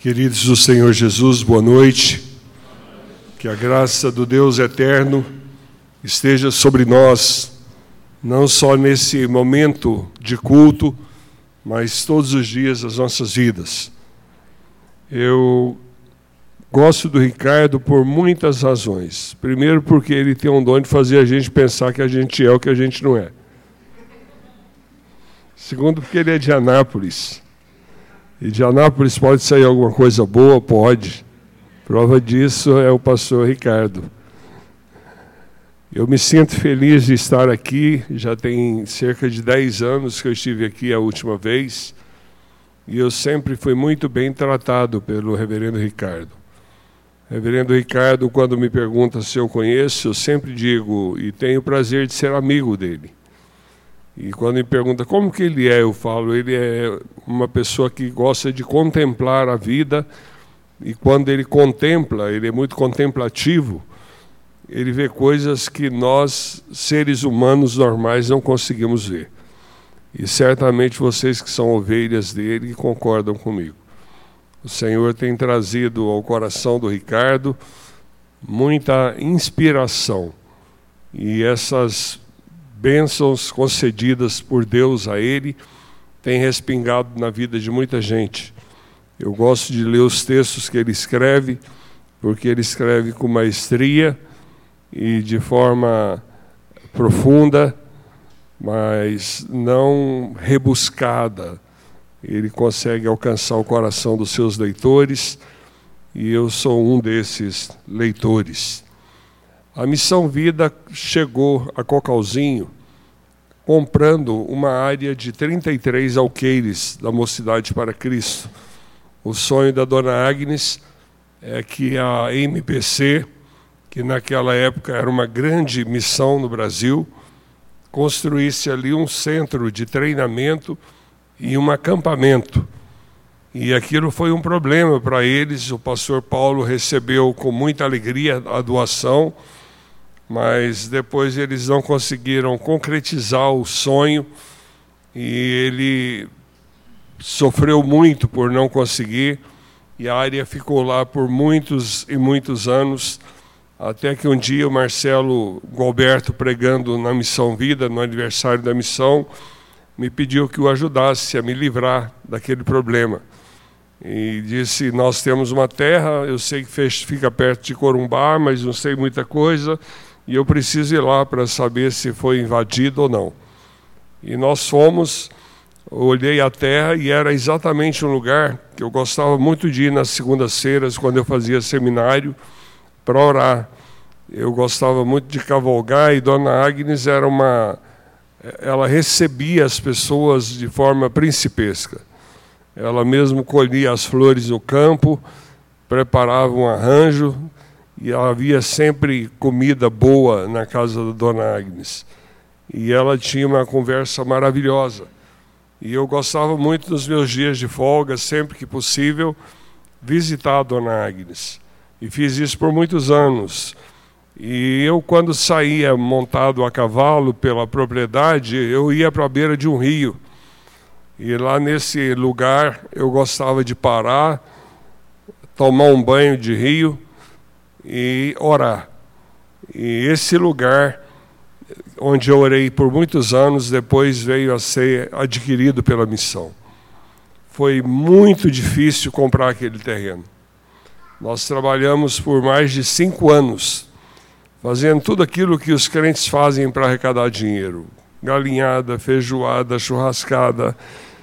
Queridos do Senhor Jesus, boa noite. Que a graça do Deus eterno esteja sobre nós, não só nesse momento de culto, mas todos os dias das nossas vidas. Eu gosto do Ricardo por muitas razões. Primeiro, porque ele tem um dom de fazer a gente pensar que a gente é o que a gente não é. Segundo, porque ele é de Anápolis. E de Anápolis pode sair alguma coisa boa? Pode. Prova disso é o pastor Ricardo. Eu me sinto feliz de estar aqui. Já tem cerca de 10 anos que eu estive aqui a última vez. E eu sempre fui muito bem tratado pelo reverendo Ricardo. Reverendo Ricardo, quando me pergunta se eu conheço, eu sempre digo, e tenho o prazer de ser amigo dele. E quando me pergunta como que ele é, eu falo, ele é uma pessoa que gosta de contemplar a vida, e quando ele contempla, ele é muito contemplativo, ele vê coisas que nós, seres humanos normais, não conseguimos ver. E certamente vocês que são ovelhas dele concordam comigo. O Senhor tem trazido ao coração do Ricardo muita inspiração, e essas bênçãos concedidas por Deus a ele têm respingado na vida de muita gente. Eu gosto de ler os textos que ele escreve, porque ele escreve com maestria e de forma profunda, mas não rebuscada. Ele consegue alcançar o coração dos seus leitores, e eu sou um desses leitores. A Missão Vida chegou a Cocalzinho comprando uma área de 33 alqueires da Mocidade para Cristo. O sonho da dona Agnes é que a MPC, que naquela época era uma grande missão no Brasil, construísse ali um centro de treinamento e um acampamento. E aquilo foi um problema para eles. O pastor Paulo recebeu com muita alegria a doação, mas depois eles não conseguiram concretizar o sonho, e ele sofreu muito por não conseguir, e a área ficou lá por muitos e muitos anos, até que um dia o Marcelo Gualberto, pregando na Missão Vida, no aniversário da missão, me pediu que o ajudasse a me livrar daquele problema. E disse, nós temos uma terra, eu sei que fica perto de Corumbá, mas não sei muita coisa, e eu preciso ir lá para saber se foi invadido ou não. E nós fomos, olhei a terra, e era exatamente um lugar que eu gostava muito de ir nas segundas-feiras, quando eu fazia seminário, para orar. Eu gostava muito de cavalgar, e dona Agnes ela recebia as pessoas de forma principesca. Ela mesmo colhia as flores no campo, preparava um arranjo, e havia sempre comida boa na casa da dona Agnes. E ela tinha uma conversa maravilhosa. E eu gostava muito nos meus dias de folga, sempre que possível, visitar a dona Agnes. E fiz isso por muitos anos. E eu, quando saía montado a cavalo pela propriedade, eu ia para a beira de um rio. E lá nesse lugar eu gostava de parar, tomar um banho de rio e orar. E esse lugar, onde eu orei por muitos anos, depois veio a ser adquirido pela missão. Foi muito difícil comprar aquele terreno. Nós trabalhamos por mais de 5 anos, fazendo tudo aquilo que os crentes fazem para arrecadar dinheiro. Galinhada, feijoada, churrascada.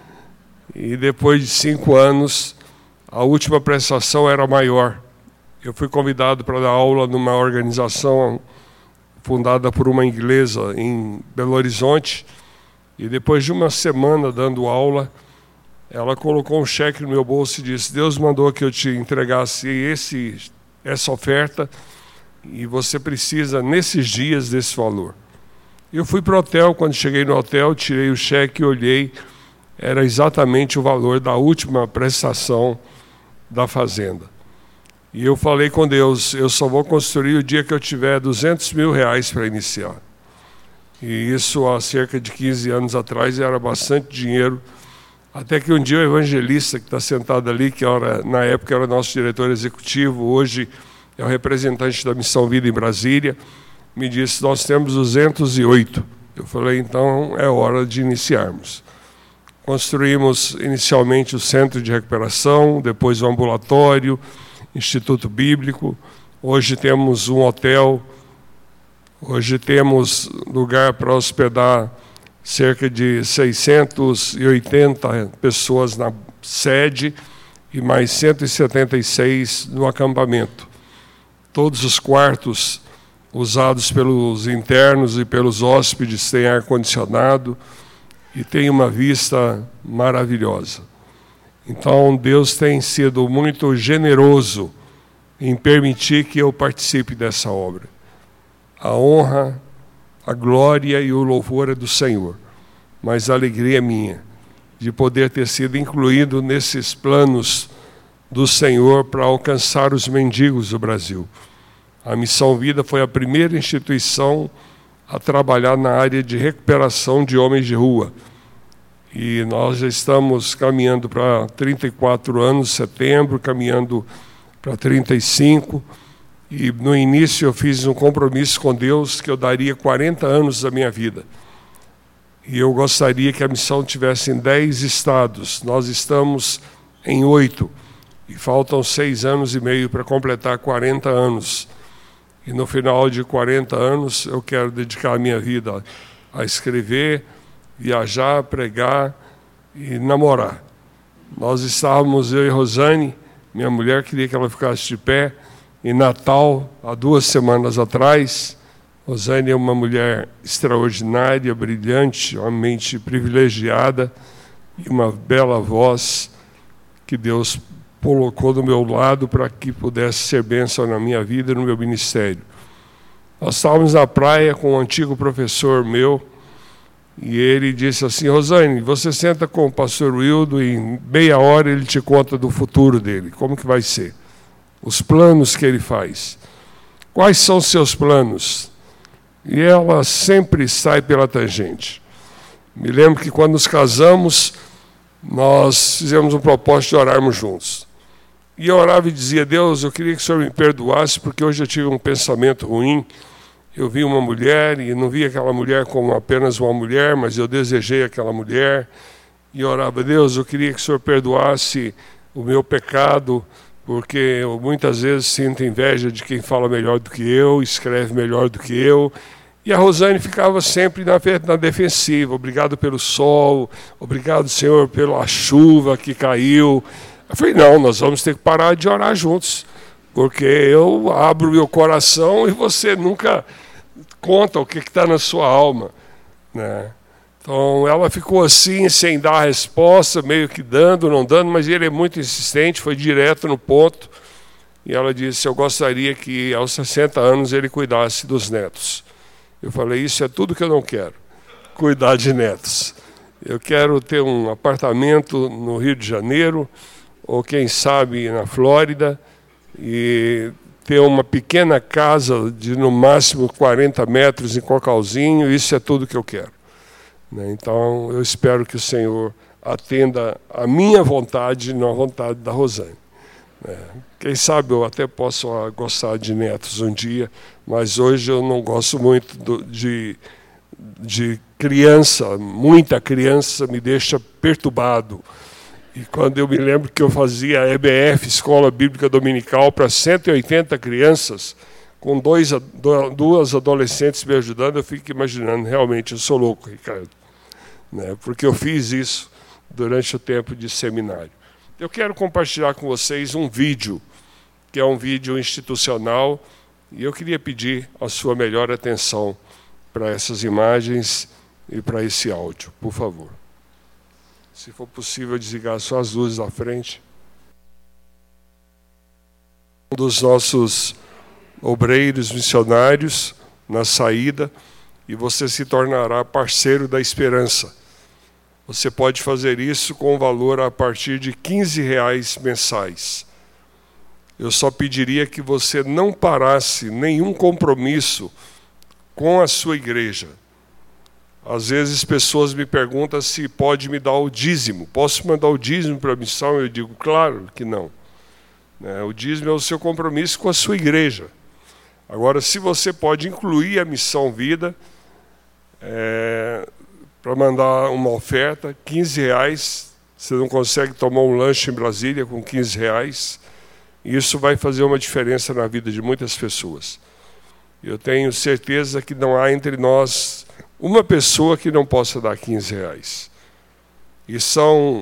E depois de 5 anos, a última prestação era maior. Eu fui convidado para dar aula numa organização fundada por uma inglesa em Belo Horizonte, e depois de uma semana dando aula, ela colocou um cheque no meu bolso e disse, Deus mandou que eu te entregasse essa oferta, e você precisa, nesses dias, desse valor. Eu fui para o hotel, quando cheguei no hotel, tirei o cheque e olhei, era exatamente o valor da última prestação da fazenda. E eu falei com Deus, eu só vou construir o dia que eu tiver 200 mil reais para iniciar. E isso há cerca de 15 anos atrás era bastante dinheiro Até que um dia o evangelista que está sentado ali, que na época era nosso diretor executivo, hoje é o representante da Missão Vida em Brasília, me disse: nós temos 208. Eu falei: então é hora de iniciarmos. Construímos inicialmente o centro de recuperação, depois o ambulatório, Instituto Bíblico. Hoje temos um hotel, hoje temos lugar para hospedar cerca de 680 pessoas na sede e mais 176 no acampamento. Todos os quartos usados pelos internos e pelos hóspedes têm ar-condicionado e tem uma vista maravilhosa. Então, Deus tem sido muito generoso em permitir que eu participe dessa obra. A honra, a glória e o louvor é do Senhor, mas a alegria é minha de poder ter sido incluído nesses planos do Senhor para alcançar os mendigos do Brasil. A Missão Vida foi a primeira instituição a trabalhar na área de recuperação de homens de rua. E nós já estamos caminhando para 34 anos, setembro, caminhando para 35. E no início eu fiz um compromisso com Deus que eu daria 40 anos da minha vida. E eu gostaria que a missão tivesse em 10 estados. Nós estamos em 8. E faltam 6 anos e meio para completar 40 anos. E no final de 40 anos eu quero dedicar a minha vida a escrever, viajar, pregar e namorar. Nós estávamos, eu e Rosane, minha mulher queria que ela ficasse de pé, em Natal, há 2 semanas atrás. Rosane é uma mulher extraordinária, brilhante, uma mente privilegiada e uma bela voz que Deus colocou do meu lado para que pudesse ser bênção na minha vida e no meu ministério. Nós estávamos na praia com um antigo professor meu e ele disse assim: Rosane, você senta com o pastor Wildo e em meia hora ele te conta do futuro dele, como que vai ser, os planos que ele faz. Quais são os seus planos? E ela sempre sai pela tangente. Me lembro que quando nos casamos, nós fizemos um propósito de orarmos juntos. E eu orava e dizia: Deus, eu queria que o Senhor me perdoasse, porque hoje eu tive um pensamento ruim. Eu vi uma mulher, e não vi aquela mulher como apenas uma mulher, mas eu desejei aquela mulher. E eu orava: Deus, eu queria que o Senhor perdoasse o meu pecado, porque eu muitas vezes sinto inveja de quem fala melhor do que eu, escreve melhor do que eu. E a Rosane ficava sempre na defensiva: obrigado pelo sol, obrigado, Senhor, pela chuva que caiu. Eu falei: não, nós vamos ter que parar de orar juntos, porque eu abro meu coração e você nunca conta o que está na sua alma, né? Então ela ficou assim, sem dar a resposta, meio que dando, não dando, mas ele é muito insistente, foi direto no ponto. E ela disse: eu gostaria que aos 60 anos ele cuidasse dos netos. Eu falei: isso é tudo que eu não quero, cuidar de netos. Eu quero ter um apartamento no Rio de Janeiro, ou quem sabe na Flórida, e ter uma pequena casa de no máximo 40 metros em Cocalzinho. Isso é tudo que eu quero. Então eu espero que o Senhor atenda a minha vontade e não a vontade da Rosane. Quem sabe eu até posso gostar de netos um dia, mas hoje eu não gosto muito de criança. Muita criança me deixa perturbado. E quando eu me lembro que eu fazia a EBF, Escola Bíblica Dominical, para 180 crianças, com duas adolescentes me ajudando, eu fico imaginando: realmente eu sou louco, Ricardo, porque eu fiz isso durante o tempo de seminário. Eu quero compartilhar com vocês um vídeo, que é um vídeo institucional, e eu queria pedir a sua melhor atenção para essas imagens e para esse áudio, por favor. Se for possível, desligar só as luzes da frente. Um dos nossos obreiros missionários na saída, e você se tornará parceiro da esperança. Você pode fazer isso com um valor a partir de R$15 mensais. Eu só pediria que você não parasse nenhum compromisso com a sua igreja. Às vezes pessoas me perguntam se pode me dar o dízimo. Posso mandar o dízimo para a missão? Eu digo, claro que não. O dízimo é o seu compromisso com a sua igreja. Agora, se você pode incluir a Missão Vida, para mandar uma oferta, R$15, você não consegue tomar um lanche em Brasília com R$15, isso vai fazer uma diferença na vida de muitas pessoas. Eu tenho certeza que não há entre nós uma pessoa que não possa dar R$15. E são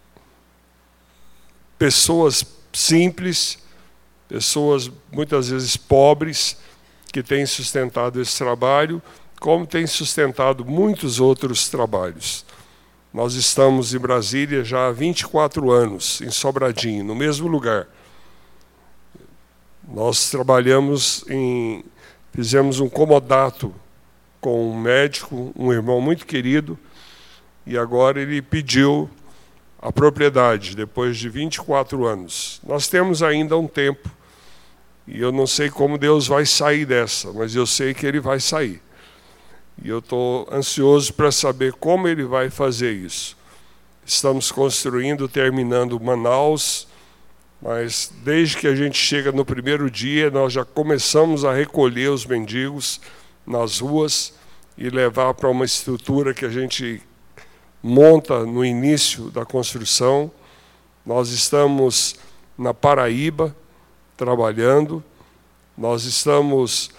pessoas simples, pessoas muitas vezes pobres, que têm sustentado esse trabalho, como têm sustentado muitos outros trabalhos. Nós estamos em Brasília já há 24 anos, em Sobradinho, no mesmo lugar. Nós fizemos um comodato com um médico, um irmão muito querido, e agora ele pediu a propriedade, depois de 24 anos. Nós temos ainda um tempo, e eu não sei como Deus vai sair dessa, mas eu sei que Ele vai sair. E eu estou ansioso para saber como Ele vai fazer isso. Estamos construindo, terminando Manaus, mas desde que a gente chega no primeiro dia, nós já começamos a recolher os mendigos nas ruas e levar para uma estrutura que a gente monta no início da construção. Nós estamos na Paraíba trabalhando, nós estamos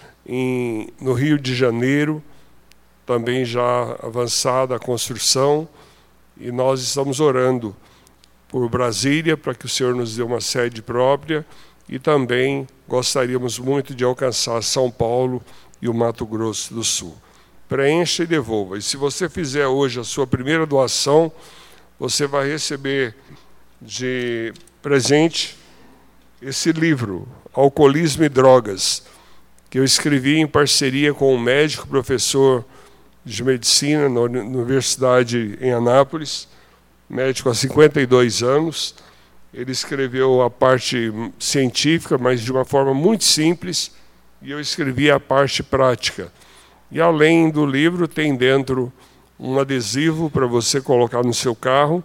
no Rio de Janeiro, também já avançada a construção, e nós estamos orando por Brasília, para que o Senhor nos dê uma sede própria, e também gostaríamos muito de alcançar São Paulo e o Mato Grosso do Sul. Preencha e devolva. E se você fizer hoje a sua primeira doação, você vai receber de presente esse livro, Alcoolismo e Drogas, que eu escrevi em parceria com um médico, professor de medicina na Universidade em Anápolis, médico há 52 anos. Ele escreveu a parte científica, mas de uma forma muito simples, e eu escrevi a parte prática. E além do livro, tem dentro um adesivo para você colocar no seu carro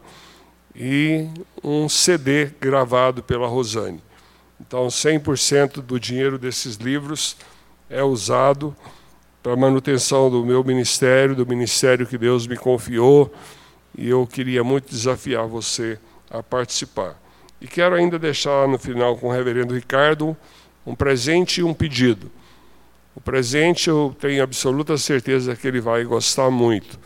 e um CD gravado pela Rosane. Então, 100% do dinheiro desses livros é usado para a manutenção do meu ministério, do ministério que Deus me confiou, e eu queria muito desafiar você a participar. E quero ainda deixar no final com o reverendo Ricardo um presente e um pedido. O presente eu tenho absoluta certeza que ele vai gostar muito.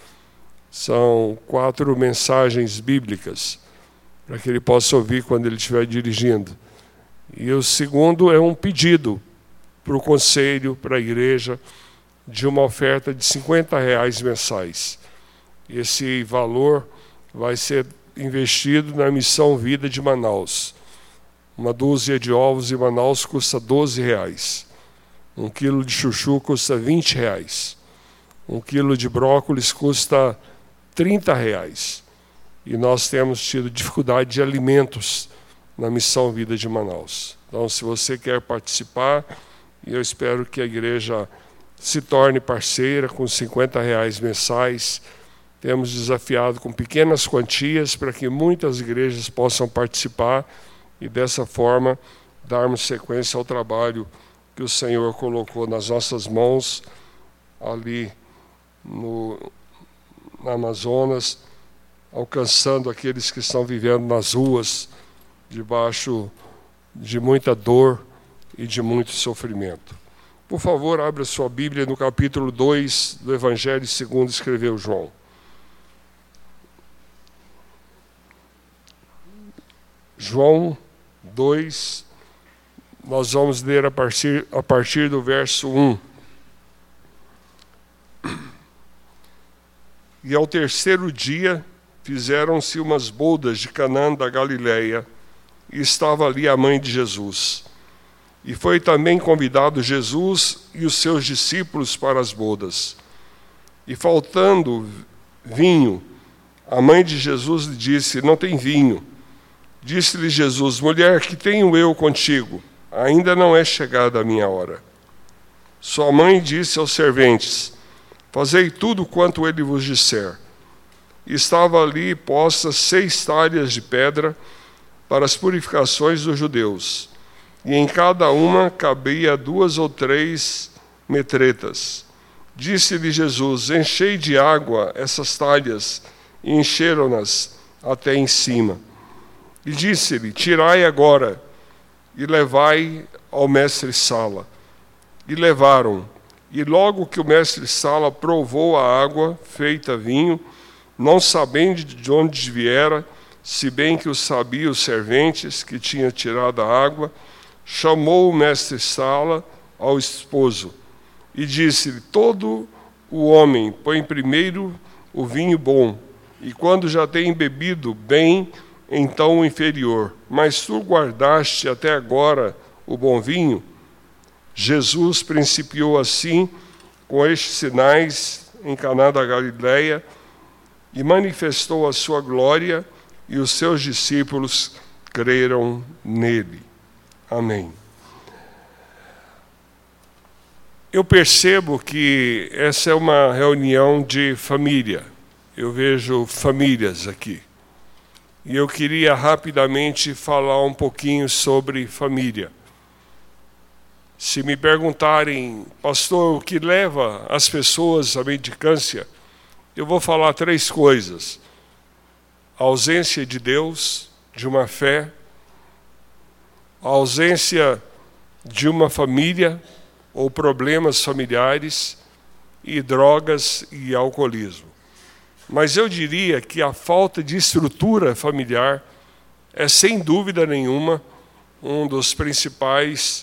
São 4 mensagens bíblicas, para que ele possa ouvir quando ele estiver dirigindo. E o segundo é um pedido para o conselho, para a igreja, de uma oferta de R$50 mensais. Esse valor vai ser investido na Missão Vida de Manaus. Uma dúzia de ovos em Manaus custa R$12. 1 quilo de chuchu custa R$20. 1 quilo de brócolis custa R$30. E nós temos tido dificuldade de alimentos na Missão Vida de Manaus. Então, se você quer participar, eu espero que a igreja se torne parceira com R$50 mensais. Temos desafiado com pequenas quantias para que muitas igrejas possam participar e, dessa forma, darmos sequência ao trabalho que o Senhor colocou nas nossas mãos ali no Amazonas, alcançando aqueles que estão vivendo nas ruas, debaixo de muita dor e de muito sofrimento. Por favor, abra sua Bíblia no capítulo 2 do Evangelho segundo escreveu João. João 2, nós vamos ler a partir do verso 1. E ao terceiro dia fizeram-se umas bodas de Canaã da Galileia, e estava ali a mãe de Jesus. E foi também convidado Jesus e os seus discípulos para as bodas. E faltando vinho, a mãe de Jesus lhe disse: não tem vinho. Disse-lhe Jesus: mulher, que tenho eu contigo? Ainda não é chegada a minha hora. Sua mãe disse aos serventes: Fazei tudo quanto ele vos disser. E estava ali postas 6 talhas de pedra para as purificações dos judeus, e em cada uma cabia 2 ou 3 metretas. Disse-lhe Jesus: enchei de água essas talhas, e encheram-nas até em cima. E disse-lhe: tirai agora, e levai ao mestre-sala. E levaram. E logo que o mestre-sala provou a água feita vinho, não sabendo de onde viera, se bem que o sabiam os serventes que tinham tirado a água, chamou o mestre-sala ao esposo e disse-lhe: todo o homem põe primeiro o vinho bom, e quando já tem bebido bem, então o inferior. Mas tu guardaste até agora o bom vinho? Jesus principiou assim, com estes sinais, em Caná da Galileia, e manifestou a sua glória, e os seus discípulos creram nele. Amém. Eu percebo que essa é uma reunião de família. Eu vejo famílias aqui. E eu queria rapidamente falar um pouquinho sobre família. Se me perguntarem, pastor, o que leva as pessoas à mendicância, eu vou falar 3 coisas: a ausência de Deus, de uma fé, a ausência de uma família ou problemas familiares, e drogas e alcoolismo. Mas eu diria que a falta de estrutura familiar é, sem dúvida nenhuma, um dos principais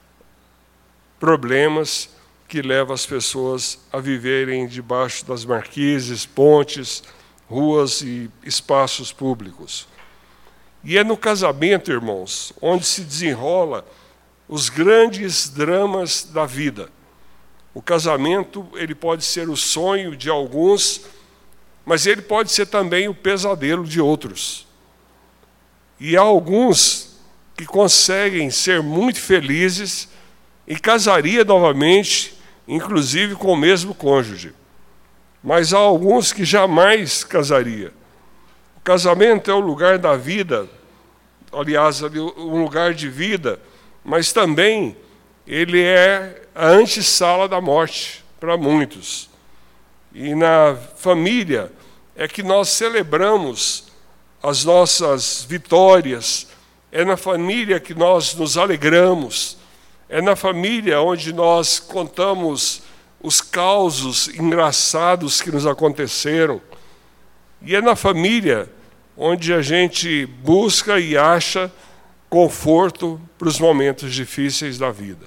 problemas que leva as pessoas a viverem debaixo das marquises, pontes, ruas e espaços públicos. E é no casamento, irmãos, onde se desenrola os grandes dramas da vida. O casamento, ele pode ser o sonho de alguns, mas ele pode ser também o pesadelo de outros. E há alguns que conseguem ser muito felizes e casaria novamente, inclusive com o mesmo cônjuge. Mas há alguns que jamais casaria. O casamento é o lugar da vida, aliás, um lugar de vida, mas também ele é a antessala da morte para muitos. E na família é que nós celebramos as nossas vitórias, é na família que nós nos alegramos, é na família onde nós contamos os causos engraçados que nos aconteceram. E é na família onde a gente busca e acha conforto para os momentos difíceis da vida.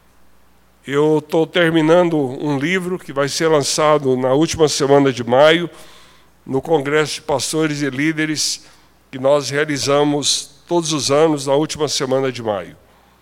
Eu estou terminando um livro que vai ser lançado na última semana de maio, no Congresso de Pastores e Líderes, que nós realizamos todos os anos na última semana de maio.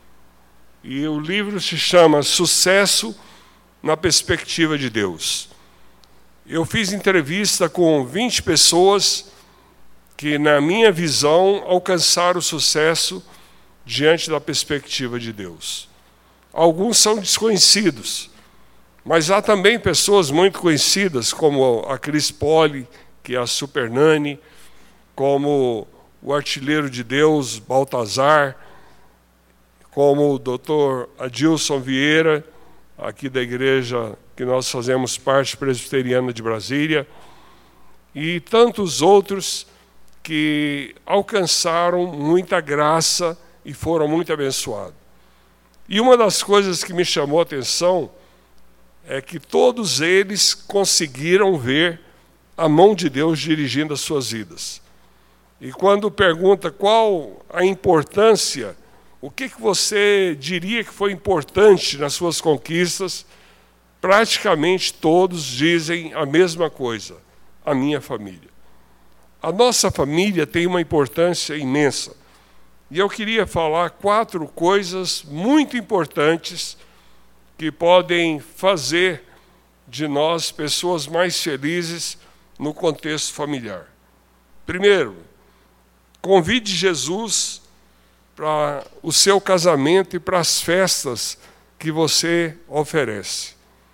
E o livro se chama Sucesso na Perspectiva de Deus. Eu fiz entrevista com 20 pessoas que, na minha visão, alcançaram o sucesso diante da perspectiva de Deus. Alguns são desconhecidos, mas há também pessoas muito conhecidas, como a Cris Poli, que é a Super Nani, como o artilheiro de Deus, Baltazar, como o Dr. Adilson Vieira, aqui da igreja que nós fazemos parte, presbiteriana de Brasília, e tantos outros que alcançaram muita graça e foram muito abençoados. E uma das coisas que me chamou a atenção é que todos eles conseguiram ver a mão de Deus dirigindo as suas vidas. E quando pergunta qual a importância, o que você diria que foi importante nas suas conquistas, praticamente todos dizem a mesma coisa: a minha família. A nossa família tem uma importância imensa. E eu queria falar 4 coisas muito importantes que podem fazer de nós pessoas mais felizes no contexto familiar. Primeiro, convide Jesus para o seu casamento e para as festas que você oferece.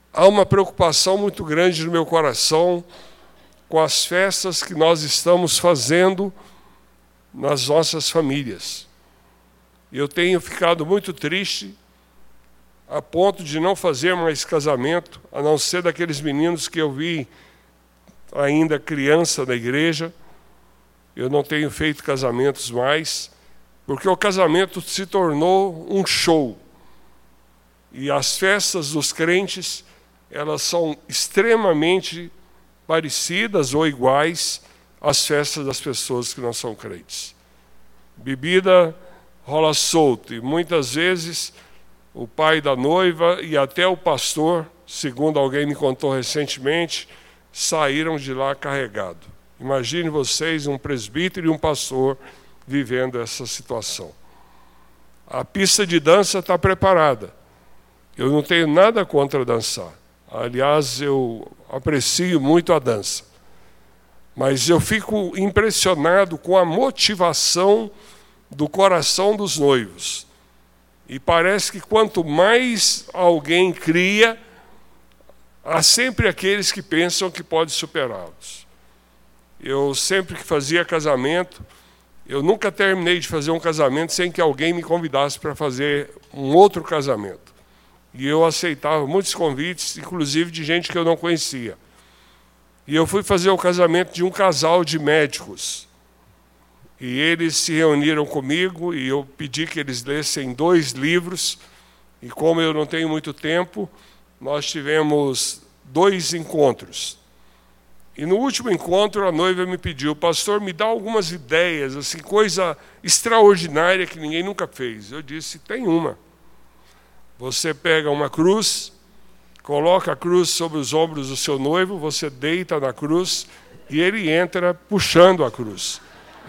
há uma preocupação muito grande no meu coração com as festas que nós estamos fazendo nas nossas famílias. Eu tenho ficado muito triste a ponto de não fazer mais casamento, a não ser daqueles meninos que eu vi ainda criança na igreja. Eu não tenho feito casamentos mais, porque o casamento se tornou um show. E as festas dos crentes, elas são extremamente parecidas ou iguais às festas das pessoas que não são crentes. Bebida rola solto, e muitas vezes o pai da noiva e até o pastor, segundo alguém me contou recentemente, saíram de lá carregados. Imagine vocês, um presbítero e um pastor vivendo essa situação. A pista de dança está preparada. Eu não tenho nada contra dançar. Aliás, eu aprecio muito a dança. Mas eu fico impressionado com a motivação do coração dos noivos. E parece que quanto mais alguém cria, há sempre aqueles que pensam que pode superá-los. Eu sempre que fazia casamento, eu nunca terminei de fazer um casamento sem que alguém me convidasse para fazer um outro casamento. E eu aceitava muitos convites, inclusive de gente que eu não conhecia. E eu fui fazer o casamento de um casal de médicos. E eles se reuniram comigo e eu pedi que eles lessem 2 livros. E como eu não tenho muito tempo, nós tivemos 2 encontros. E no último encontro a noiva me pediu: pastor, me dá algumas ideias, assim, coisa extraordinária que ninguém nunca fez. Eu disse: tem uma. Você pega uma cruz, coloca a cruz sobre os ombros do seu noivo, você deita na cruz e ele entra puxando a cruz.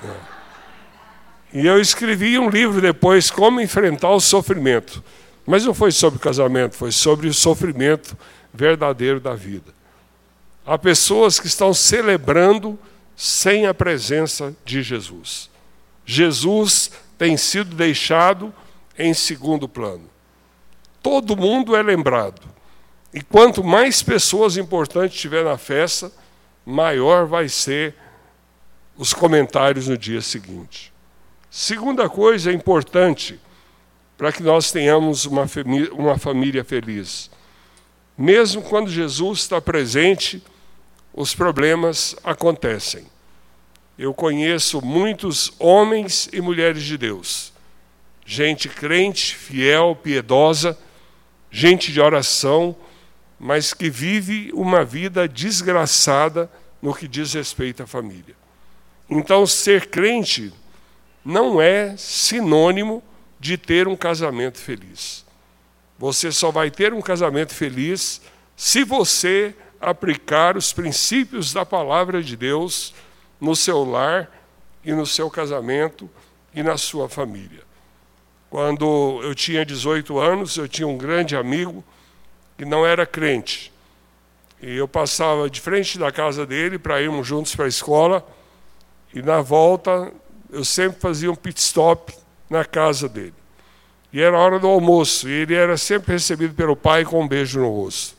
E eu escrevi um livro depois, Como Enfrentar o Sofrimento. Mas não foi sobre casamento, foi sobre o sofrimento verdadeiro da vida. Há pessoas que estão celebrando sem a presença de Jesus. Jesus tem sido deixado em segundo plano. Todo mundo é lembrado. E quanto mais pessoas importantes tiver na festa, maior vai ser os comentários no dia seguinte. Segunda coisa importante para que nós tenhamos uma família feliz. Mesmo quando Jesus está presente, os problemas acontecem. Eu conheço muitos homens e mulheres de Deus, gente crente, fiel, piedosa, gente de oração, mas que vive uma vida desgraçada no que diz respeito à família. Então, ser crente não é sinônimo de ter um casamento feliz. Você só vai ter um casamento feliz se você aplicar os princípios da palavra de Deus no seu lar e no seu casamento e na sua família. Quando eu tinha 18 anos, eu tinha um grande amigo que não era crente. E eu passava de frente da casa dele para irmos juntos para a escola. E na volta, eu sempre fazia um pit stop na casa dele. E era a hora do almoço. E ele era sempre recebido pelo pai com um beijo no rosto.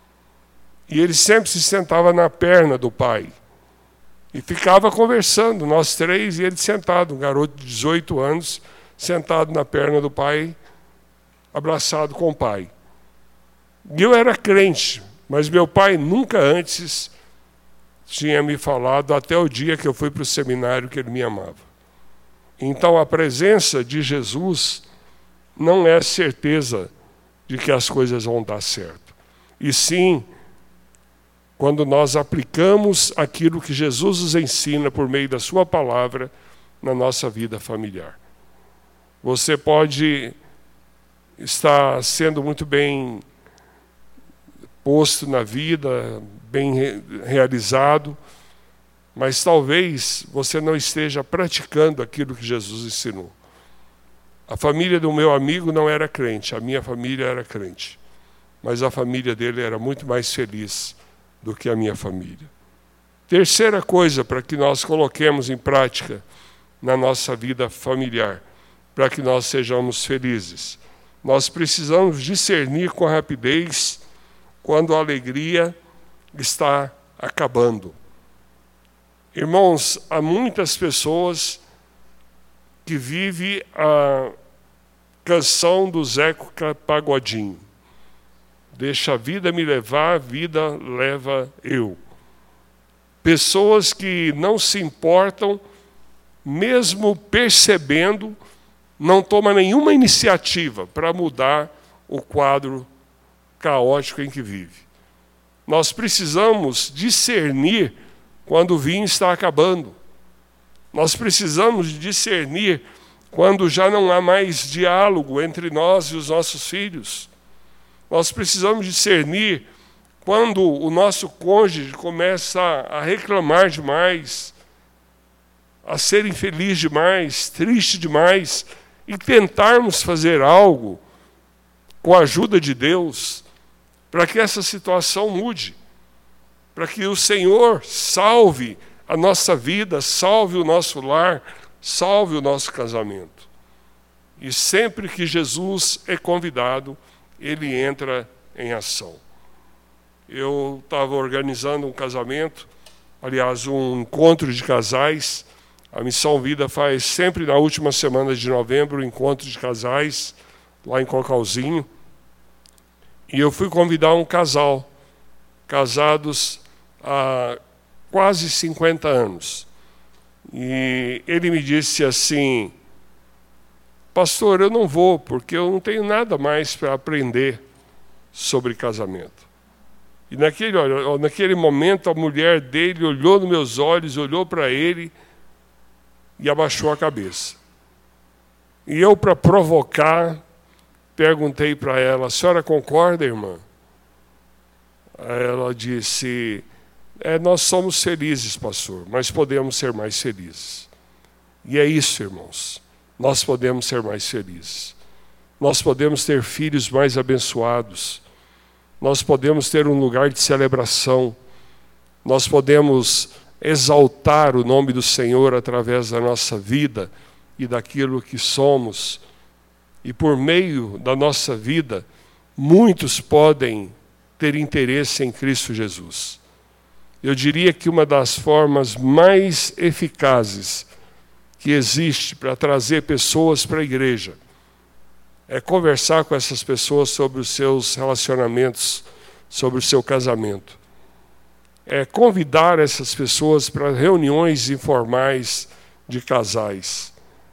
E ele sempre se sentava na perna do pai. E ficava conversando, nós 3, e ele sentado, um garoto de 18 anos, sentado na perna do pai, abraçado com o pai. E eu era crente, mas meu pai nunca antes tinha me falado, até o dia que eu fui para o seminário, que ele me amava. Então a presença de Jesus não é certeza de que as coisas vão dar certo. E sim, quando nós aplicamos aquilo que Jesus nos ensina por meio da sua palavra na nossa vida familiar. Você pode estar sendo muito bem posto na vida, bem realizado, mas talvez você não esteja praticando aquilo que Jesus ensinou. A família do meu amigo não era crente, a minha família era crente, mas a família dele era muito mais feliz do que a minha família. Terceira coisa para que nós coloquemos em prática na nossa vida familiar, para que nós sejamos felizes. Nós precisamos discernir com rapidez quando a alegria está acabando. Irmãos, há muitas pessoas que vivem a canção do Zeca Pagodinho. Deixa a vida me levar, a vida leva eu. Pessoas que não se importam, mesmo percebendo, não tomam nenhuma iniciativa para mudar o quadro caótico em que vive. Nós precisamos discernir quando o vinho está acabando. Nós precisamos discernir quando já não há mais diálogo entre nós e os nossos filhos. Nós precisamos discernir quando o nosso cônjuge começa a reclamar demais, a ser infeliz demais, triste demais, e tentarmos fazer algo com a ajuda de Deus para que essa situação mude, para que o Senhor salve a nossa vida, salve o nosso lar, salve o nosso casamento. E sempre que Jesus é convidado, ele entra em ação. Eu estava organizando um casamento, aliás, um encontro de casais. A Missão Vida faz sempre na última semana de novembro um encontro de casais, lá em Cocalzinho. E eu fui convidar um casal, casados há quase 50 anos. E ele me disse assim: pastor, eu não vou, porque eu não tenho nada mais para aprender sobre casamento. E naquele momento a mulher dele olhou nos meus olhos, olhou para ele e abaixou a cabeça. E eu, para provocar, perguntei para ela: a senhora concorda, irmã? Ela disse: nós somos felizes, pastor, mas podemos ser mais felizes. E é isso, irmãos. Nós podemos ser mais felizes. Nós podemos ter filhos mais abençoados. Nós podemos ter um lugar de celebração. Nós podemos exaltar o nome do Senhor através da nossa vida e daquilo que somos. E por meio da nossa vida, muitos podem ter interesse em Cristo Jesus. Eu diria que uma das formas mais eficazes que existe para trazer pessoas para a igreja é conversar com essas pessoas sobre os seus relacionamentos, sobre o seu casamento. É convidar essas pessoas para reuniões informais de casais.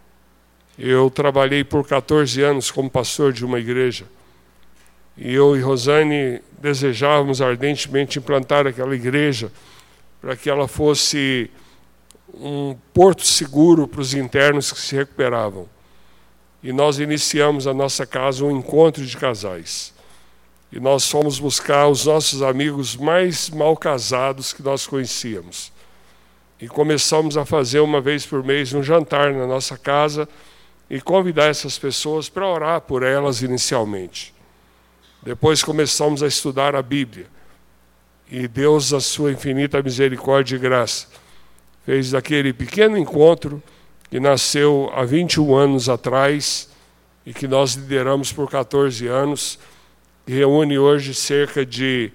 Eu trabalhei por 14 anos como pastor de uma igreja. E eu e Rosane desejávamos ardentemente implantar aquela igreja para que ela fosse um porto seguro para os internos que se recuperavam. E nós iniciamos a nossa casa um encontro de casais. E nós fomos buscar os nossos amigos mais mal casados que nós conhecíamos. E começamos a fazer uma vez por mês um jantar na nossa casa e convidar essas pessoas para orar por elas inicialmente. Depois começamos a estudar a Bíblia. E Deus, a sua infinita misericórdia e graça, fez daquele pequeno encontro que nasceu há 21 anos atrás e que nós lideramos por 14 anos, que reúne hoje cerca de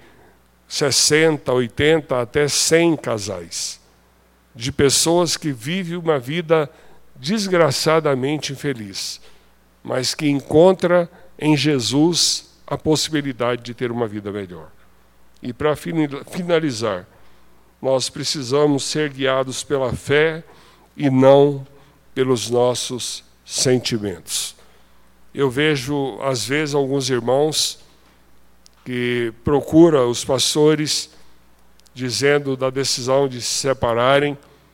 60, 80, até 100 casais, de pessoas que vivem uma vida desgraçadamente infeliz, mas que encontra em Jesus a possibilidade de ter uma vida melhor. E para finalizar, nós precisamos ser guiados pela fé e não pelos nossos sentimentos. Eu vejo, às vezes, alguns irmãos que procuram os pastores dizendo da decisão de se separarem,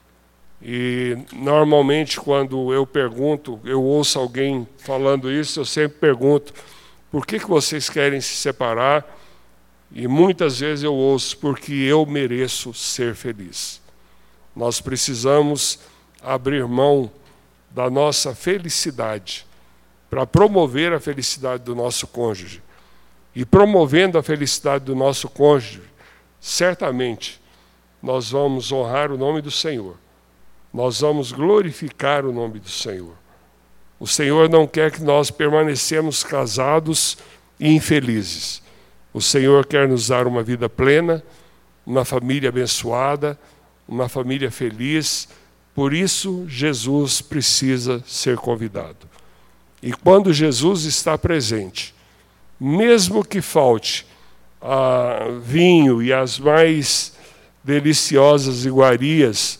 e normalmente quando eu pergunto, eu ouço alguém falando isso, eu sempre pergunto: por que vocês querem se separar? E muitas vezes eu ouço: porque eu mereço ser feliz. Nós precisamos abrir mão da nossa felicidade para promover a felicidade do nosso cônjuge. E promovendo a felicidade do nosso cônjuge, certamente nós vamos honrar o nome do Senhor. Nós vamos glorificar o nome do Senhor. O Senhor não quer que nós permanecemos casados e infelizes. O Senhor quer nos dar uma vida plena, uma família abençoada, uma família feliz. Por isso, Jesus precisa ser convidado. E quando Jesus está presente, mesmo que falte vinho e as mais deliciosas iguarias,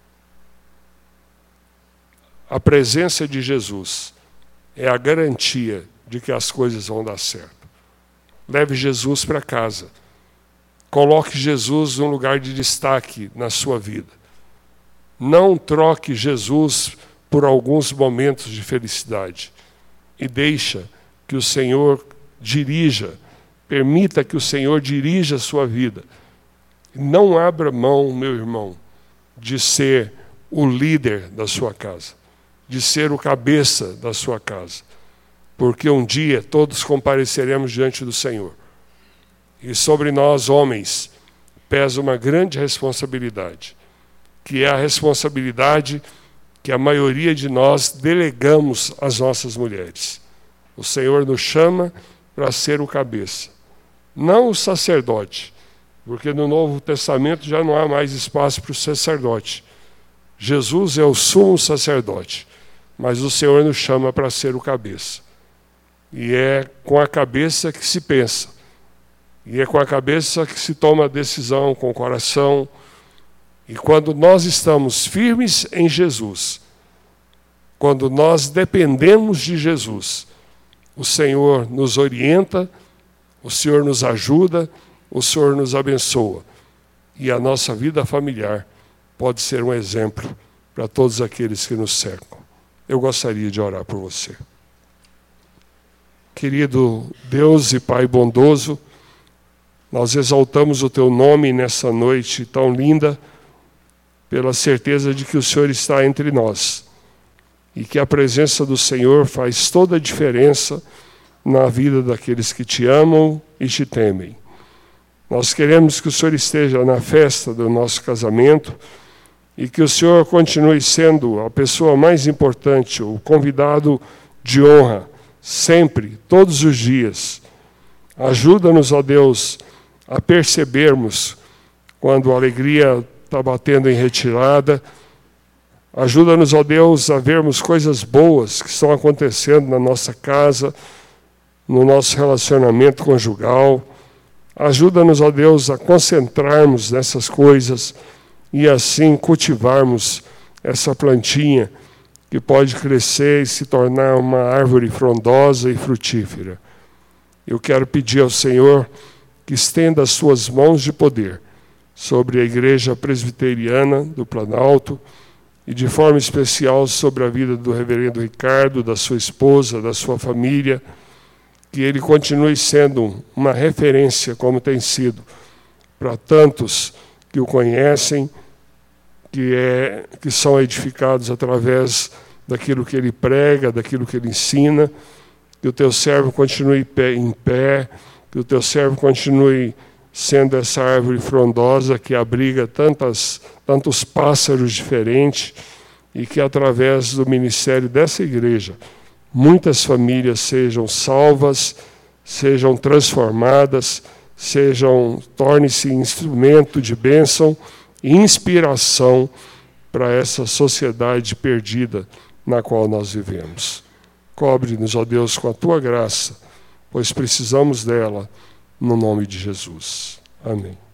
a presença de Jesus é a garantia de que as coisas vão dar certo. Leve Jesus para casa. Coloque Jesus num lugar de destaque na sua vida. Não troque Jesus por alguns momentos de felicidade. E deixa que o Senhor dirija, permita que o Senhor dirija a sua vida. Não abra mão, meu irmão, de ser o líder da sua casa, de ser o cabeça da sua casa, porque um dia todos compareceremos diante do Senhor. E sobre nós, homens, pesa uma grande responsabilidade, que é a responsabilidade que a maioria de nós delegamos às nossas mulheres. O Senhor nos chama para ser o cabeça, não o sacerdote, porque no Novo Testamento já não há mais espaço para o sacerdote. Jesus é o sumo sacerdote, mas o Senhor nos chama para ser o cabeça. E é com a cabeça que se pensa, e é com a cabeça que se toma a decisão, com o coração. E quando nós estamos firmes em Jesus, quando nós dependemos de Jesus, o Senhor nos orienta, o Senhor nos ajuda, o Senhor nos abençoa. E a nossa vida familiar pode ser um exemplo para todos aqueles que nos cercam. Eu gostaria de orar por você. Querido Deus e Pai bondoso, nós exaltamos o Teu nome nessa noite tão linda, pela certeza de que o Senhor está entre nós e que a presença do Senhor faz toda a diferença na vida daqueles que te amam e te temem. Nós queremos que o Senhor esteja na festa do nosso casamento e que o Senhor continue sendo a pessoa mais importante, o convidado de honra, sempre, todos os dias. Ajuda-nos, ó Deus, a percebermos quando a alegria está batendo em retirada. Ajuda-nos, ó Deus, a vermos coisas boas que estão acontecendo na nossa casa, no nosso relacionamento conjugal. Ajuda-nos, ó Deus, a concentrarmos nessas coisas e assim cultivarmos essa plantinha que pode crescer e se tornar uma árvore frondosa e frutífera. Eu quero pedir ao Senhor que estenda as suas mãos de poder sobre a Igreja Presbiteriana do Planalto e de forma especial sobre a vida do reverendo Ricardo, da sua esposa, da sua família, que ele continue sendo uma referência, como tem sido, para tantos que o conhecem, que são edificados através daquilo que ele prega, daquilo que ele ensina. Que o teu servo continue em pé, que o teu servo continue sendo essa árvore frondosa que abriga tantos pássaros diferentes, e que através do ministério dessa igreja muitas famílias sejam salvas, sejam transformadas, tornem-se instrumento de bênção e inspiração para essa sociedade perdida na qual nós vivemos. Cobre-nos, ó Deus, com a tua graça, pois precisamos dela, no nome de Jesus. Amém.